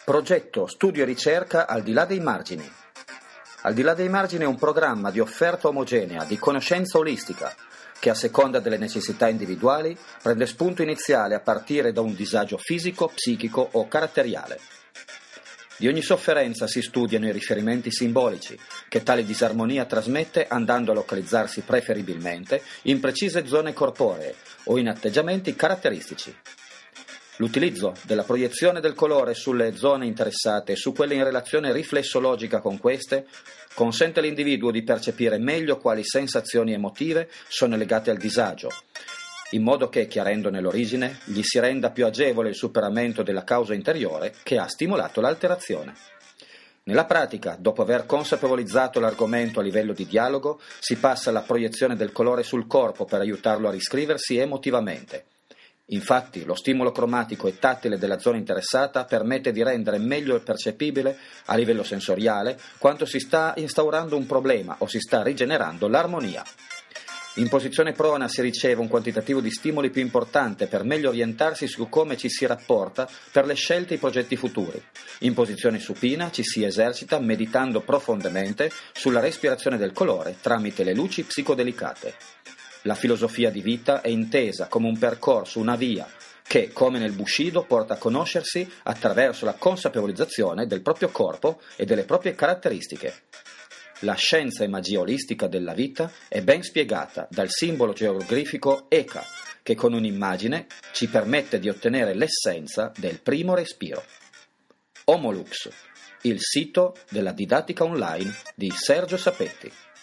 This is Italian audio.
Progetto Studio e Ricerca al di là dei margini. Al di là dei margini è un programma di offerta omogenea, di conoscenza olistica, che a seconda delle necessità individuali prende spunto iniziale a partire da un disagio fisico, psichico o caratteriale. Di ogni sofferenza si studiano i riferimenti simbolici che tale disarmonia trasmette andando a localizzarsi preferibilmente in precise zone corporee o in atteggiamenti caratteristici. L'utilizzo della proiezione del colore sulle zone interessate e su quelle in relazione riflessologica con queste consente all'individuo di percepire meglio quali sensazioni emotive sono legate al disagio, in modo che, chiarendone l'origine, gli si renda più agevole il superamento della causa interiore che ha stimolato l'alterazione. Nella pratica, dopo aver consapevolizzato l'argomento a livello di dialogo, si passa alla proiezione del colore sul corpo per aiutarlo a riscriversi emotivamente. Infatti, lo stimolo cromatico e tattile della zona interessata permette di rendere meglio percepibile, a livello sensoriale, quanto si sta instaurando un problema o si sta rigenerando l'armonia. In posizione prona si riceve un quantitativo di stimoli più importante per meglio orientarsi su come ci si rapporta per le scelte e i progetti futuri. In posizione supina ci si esercita meditando profondamente sulla respirazione del colore tramite le luci psicodelicate. La filosofia di vita è intesa come un percorso, una via, che, come nel Bushido, porta a conoscersi attraverso la consapevolizzazione del proprio corpo e delle proprie caratteristiche. La scienza e magia olistica della vita è ben spiegata dal simbolo geroglifico Eka, che con un'immagine ci permette di ottenere l'essenza del primo respiro. Homolux, il sito della didattica online di Sergio Sapetti.